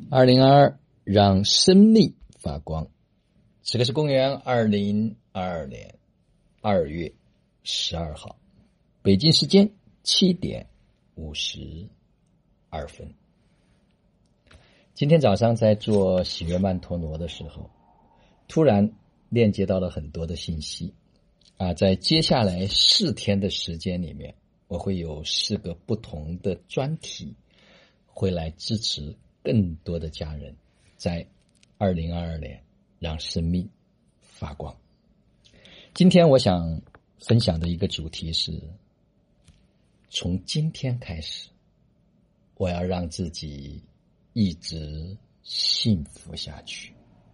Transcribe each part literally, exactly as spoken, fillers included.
二零二二让生命发光。此刻是公元二零二二年二月十二号，北京时间七点五十二分。今天早上在做喜悦曼陀罗的时候，突然链接到了很多的信息啊，在接下来四天的时间里面，我会有四个不同的专题会来支持更多的家人在二零二二年让生命发光。今天我想分享的一个主题是，从今天开始，我要让自己一直幸福下去。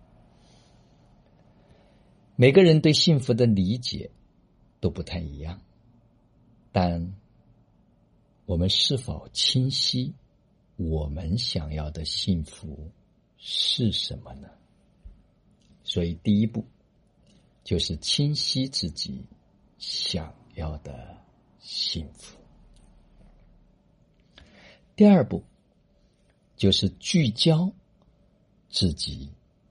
每个人对幸福的理解都不太一样，但我们是否清晰我们想要的幸福是什么呢？所以第一步就是清晰自己想要的幸福。第二步就是聚焦自己，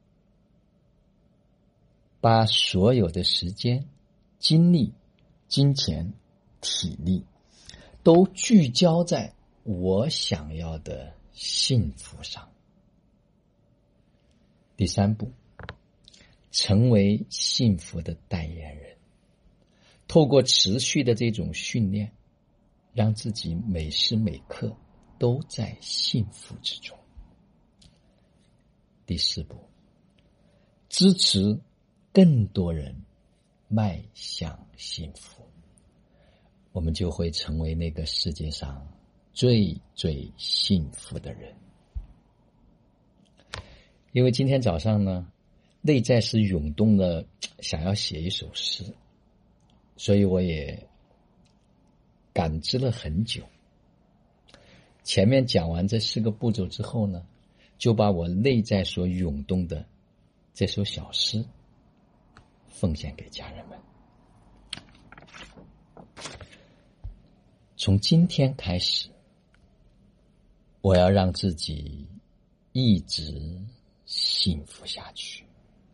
把所有的时间、精力、金钱、体力都聚焦在我想要的幸福上。第三步，成为幸福的代言人，透过持续的这种训练，让自己每时每刻都在幸福之中。第四步，支持更多人迈向幸福，我们就会成为那个世界上最最幸福的人。因为今天早上呢，内在是涌动的想要写一首诗，所以我也感知了很久。前面讲完这四个步骤之后呢，就把我内在所涌动的这首小诗奉献给家人们。从今天开始，我要让自己一直幸福下去。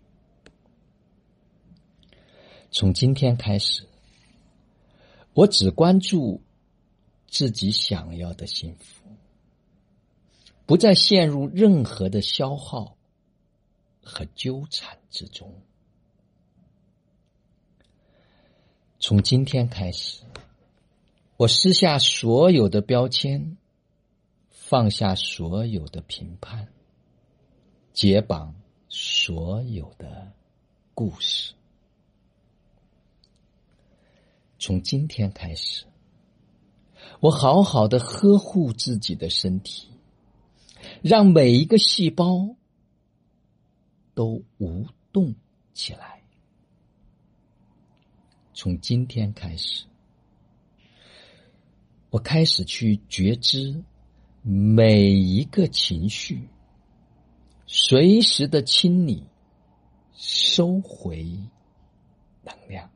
从今天开始，我只关注自己想要的幸福，不再陷入任何的消耗和纠缠之中。从今天开始，我撕下所有的标签，放下所有的评判，解绑所有的故事。从今天开始，我好好的呵护自己的身体，让每一个细胞都舞动起来。从今天开始，我开始去觉知每一个情绪，随时的清理、收回能量。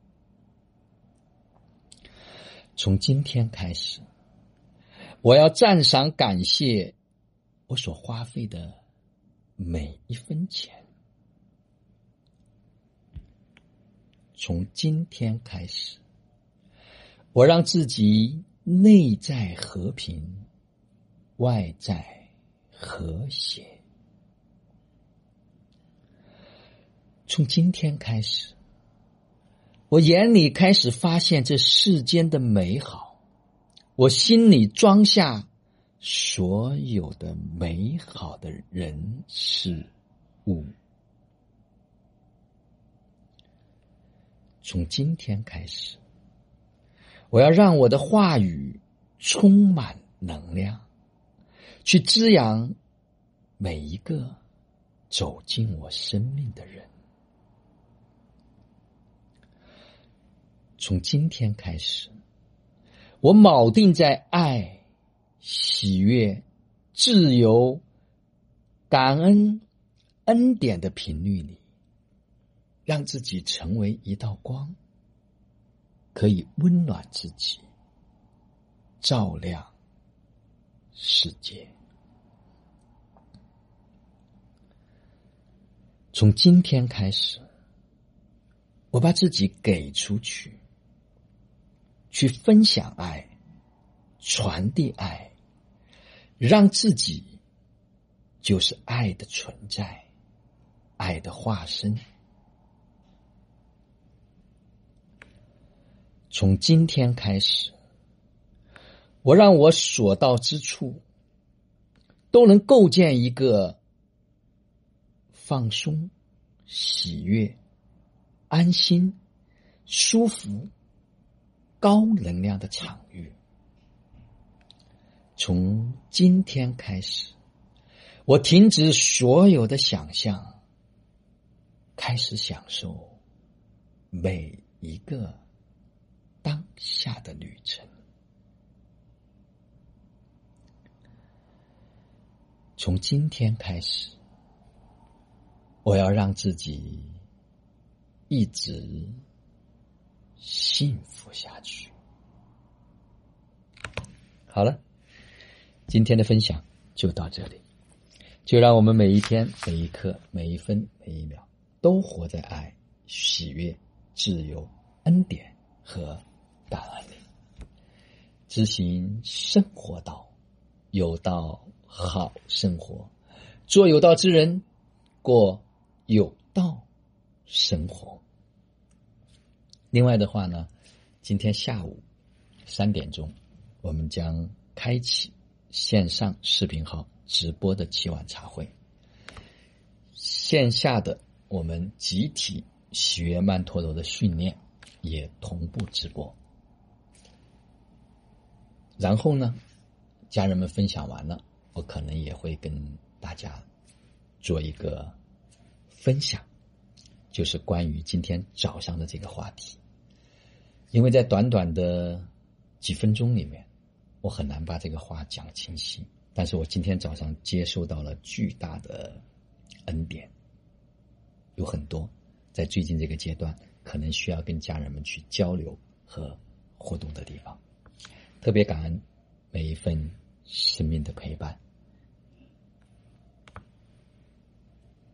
从今天开始，我要赞赏感谢我所花费的每一分钱。从今天开始，我让自己内在和平，外在和谐。从今天开始，我眼里开始发现这世间的美好，我心里装下所有的美好的人事物。从今天开始，我要让我的话语充满能量，去滋养每一个走进我生命的人。从今天开始，我铆定在爱、喜悦、自由、感恩、恩典的频率里，让自己成为一道光，可以温暖自己，照亮世界。 从今天开始，我把自己给出去，去分享爱，传递爱，让自己就是爱的存在，爱的化身。从今天开始，我让我所到之处都能构建一个放松、喜悦、安心、舒服、高能量的场域。从今天开始，我停止所有的想象，开始享受每一个当下的旅程。从今天开始，我要让自己一直幸福下去。好了，今天的分享就到这里，就让我们每一天、每一刻、每一分、每一秒都活在爱、喜悦、自由、恩典和感恩里，执行生活道，有道好生活，做有道之人，过有道生活。另外的话呢，今天下午三点钟，我们将开启线上视频号直播的七晚茶会，线下的我们集体喜悦曼陀罗的训练也同步直播。然后呢，家人们分享完了，我可能也会跟大家做一个分享，就是关于今天早上的这个话题。因为在短短的几分钟里面，我很难把这个话讲清晰，但是我今天早上接受到了巨大的恩典，有很多在最近这个阶段可能需要跟家人们去交流和互动的地方。特别感恩每一份生命的陪伴。